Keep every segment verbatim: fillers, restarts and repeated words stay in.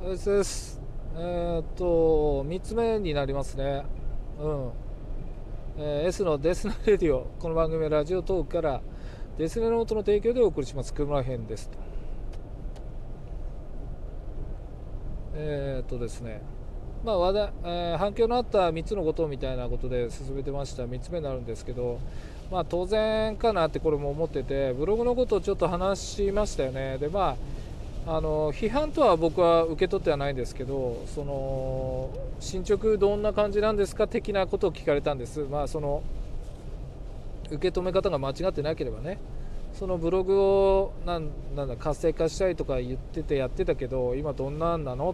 ですです。えーっと、みっつめになりますね。うん。えー S のデスナレディオ。この番組はラジオトークからデスネノートの提供でお送りします。熊編ですと。えーっとですね。まあ話題、えー反響のあったみっつのことみたいなことで進めてました。みっつめになるんですけど、まあ当然かなってこれも思ってて、ブログのことをちょっと話しましたよね。で、まあ、あの批判とは僕は受け取ってはないんですけど、その進捗どんな感じなんですか的なことを聞かれたんです。まあその受け止め方が間違ってなければね、そのブログをなんなんだ活性化したいとか言っててやってたけど、今どんなんなのって、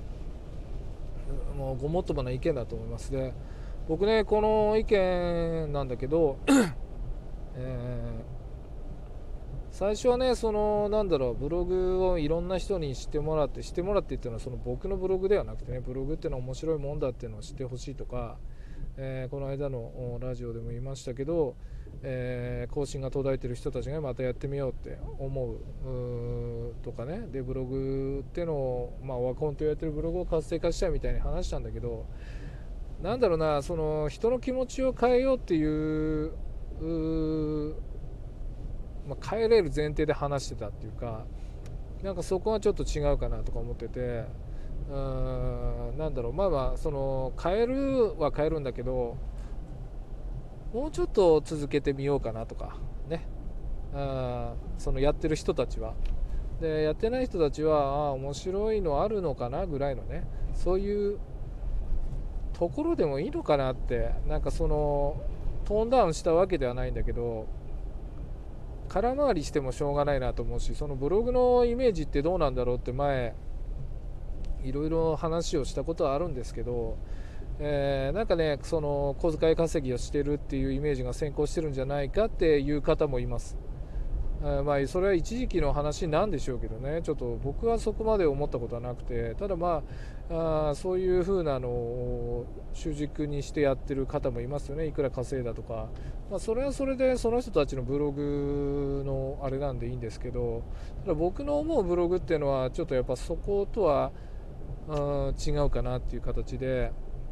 もうごもっともな意見だと思いますね。僕ね、この意見なんだけど、えー最初はね、そのなんだろう、ブログをいろんな人に知ってもらって、知ってもらってっていうのはその僕のブログではなくてね、ブログっていうのは面白いもんだっていうのを知ってほしいとか、えーこの間のラジオでも言いましたけど、えー更新が途絶えてる人たちがまたやってみようって思ううとかね、でブログっていうのを、まあ、ワコンとやってるブログを活性化したいみたいに話したんだけど、なんだろうな、その人の気持ちを変えようっていううまあ、変えれる前提で話してたっていうか、なんかそこはちょっと違うかなとか思ってて、うーん、なんだろう、まあまあその変えるは変えるんだけど、もうちょっと続けてみようかなとかね、あそのやってる人たちは、でやってない人たちはあ面白いのあるのかなぐらいのね、そういうところでもいいのかなって、なんかそのトーンダウンしたわけではないんだけど、空回りしてもしょうがないなと思うし、そのブログのイメージってどうなんだろうって前いろいろ話をしたことはあるんですけど、えーなんかね、その小遣い稼ぎをしてるっていうイメージが先行してるんじゃないかっていう方もいます。えーまあそれは一時期の話なんでしょうけどね、ちょっと僕はそこまで思ったことはなくて、ただまあ、あそういう風なのを主軸にしてやってる方もいますよね。いくら稼いだとか、まあ、それはそれでその人たちのブログのあれなんでいいんですけど、ただ僕の思うブログっていうのはちょっとやっぱそことは違うかなっていう形で、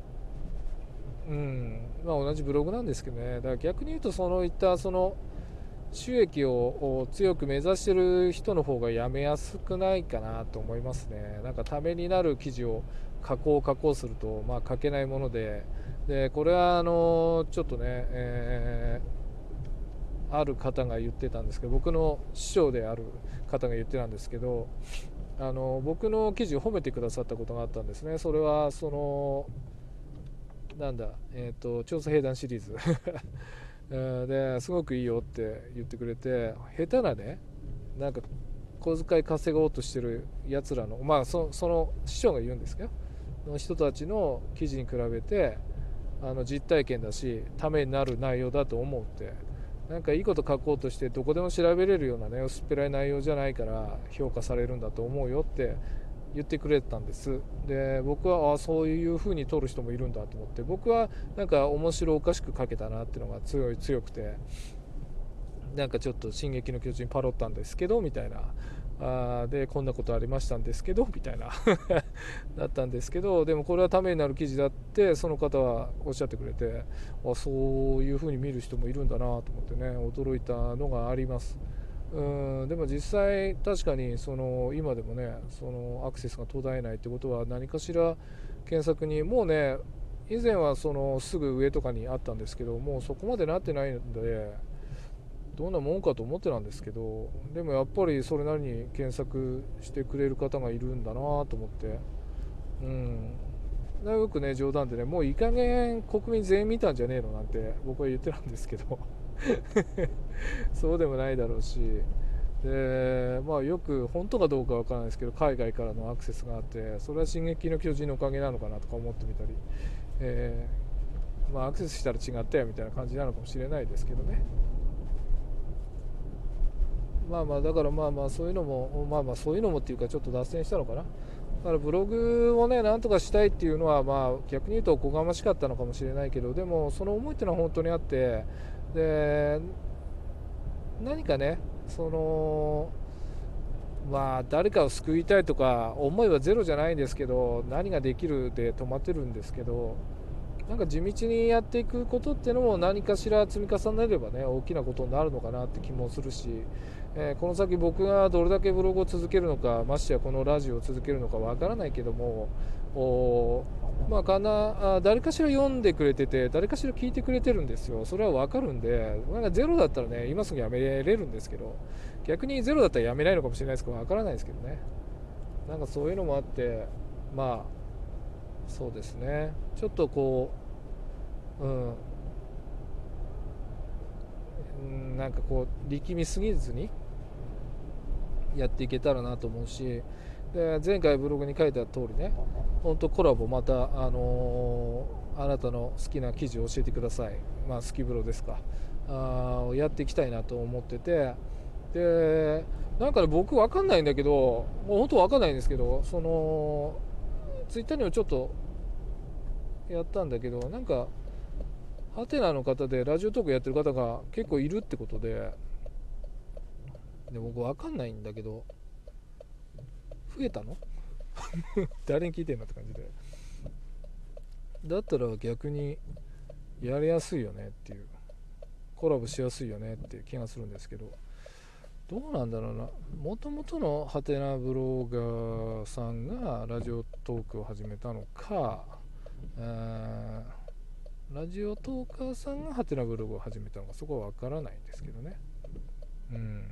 うんまあ、同じブログなんですけどね。だから逆に言うと、そういったその収益を強く目指してる人の方がやめやすくないかなと思いますね。なんかためになる記事を加工加工すると、まあ、書けないもので、でこれはあのちょっとね、えーある方が言ってたんですけど、僕の師匠である方が言ってたんですけど、あの僕の記事を褒めてくださったことがあったんですね。それはそのなんだ、えーと調査兵団シリーズですごくいいよって言ってくれて、下手なね、なんか小遣い稼ごうとしてるやつらの、まあそその師匠が言うんですけど、の人たちの記事に比べて、あの実体験だし、ためになる内容だと思うって、なんかいいこと書こうとしてどこでも調べれるようなね薄っぺらい内容じゃないから評価されるんだと思うよって言ってくれたんです。で僕はあそういう風に取る人もいるんだと思って、僕はなんか面白おかしく書けたなっていうのが強い強くて、なんかちょっと「進撃の巨人」パロったんですけどみたいな、あでこんなことありましたんですけどみたいなだったんですけど、でもこれはためになる記事だってその方はおっしゃってくれて、あそういう風に見る人もいるんだなと思ってね、驚いたのがあります。うんでも実際確かにその今でもね、そのアクセスが途絶えないってことは、何かしら検索にもうね、以前はそのすぐ上とかにあったんですけど、もうそこまでなってないので、どんなもんかと思ってたんですけど、でもやっぱりそれなりに検索してくれる方がいるんだなと思って、うんよくね冗談でね、もういい加減国民全員見たんじゃねえのなんて僕は言ってたんですけどそうでもないだろうし、でまあよく本当かどうかわからないですけど、海外からのアクセスがあって、それは進撃の巨人のおかげなのかなとか思ってみたり、えーまあアクセスしたら違ったよみたいな感じなのかもしれないですけどね。まあまあだからまあまあそういうのもまあまあそういうのもっていうか、ちょっと脱線したのかな。だからブログをねなんとかしたいっていうのは、まあ逆に言うとおこがましかったのかもしれないけど、でもその思いっていうのは本当にあって、で何かね、そのまあ誰かを救いたいとか思いはゼロじゃないんですけど、何ができるで止まってるんですけど、なんか地道にやっていくことっていうのも何かしら積み重ねればね、大きなことになるのかなって気もするし、えーこの先僕がどれだけブログを続けるのか、ましてやこのラジオを続けるのかわからないけども、おまあかなあ誰かしら読んでくれてて、誰かしら聞いてくれてるんですよ。それはわかるんで、なんかゼロだったらね今すぐやめれるんですけど、逆にゼロだったらやめないのかもしれないですけど、わからないですけどね。なんかそういうのもあって、まあそうですね、ちょっとこう、うんうんなんかこう力みすぎずにやっていけたらなと思うし、で前回ブログに書いてあった通りね、本当コラボまた、あのーあなたの好きな記事を教えてください、まあ好きブロですか、あーやっていきたいなと思ってて、でなんかね僕わかんないんだけど、もう本当わかんないんですけど、そのツイッターにもちょっとやったんだけど、なんかハテナの方でラジオトークやってる方が結構いるってことで、で僕わかんないんだけど、増えたの誰に聞いてんのって感じで、だったら逆にやりやすいよねっていう、コラボしやすいよねっていう気がするんですけど、どうなんだろうな。もともとのハテナブロガーさんがラジオトークを始めたのか、あーラジオトーカーさんがハテナブログを始めたのか、そこはわからないんですけどね。うん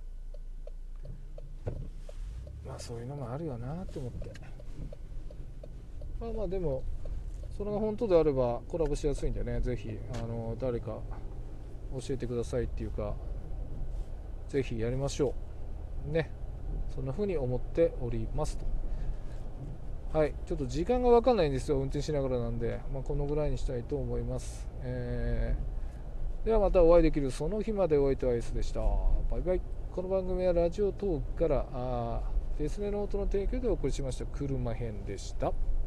まあそういうのもあるよなと思って、まあまあでもそれが本当であればコラボしやすいんでね、ぜひあの誰か教えてくださいっていうか、ぜひやりましょうね。そんな風に思っておりますと。はい、ちょっと時間が分かんないんですよ、運転しながらなんで、まあ、このぐらいにしたいと思います、えー、ではまたお会いできるその日まで。お相手は S でした。バイバイ。この番組はラジオトークからあデスネノートの提供でお送りしました。車編でした。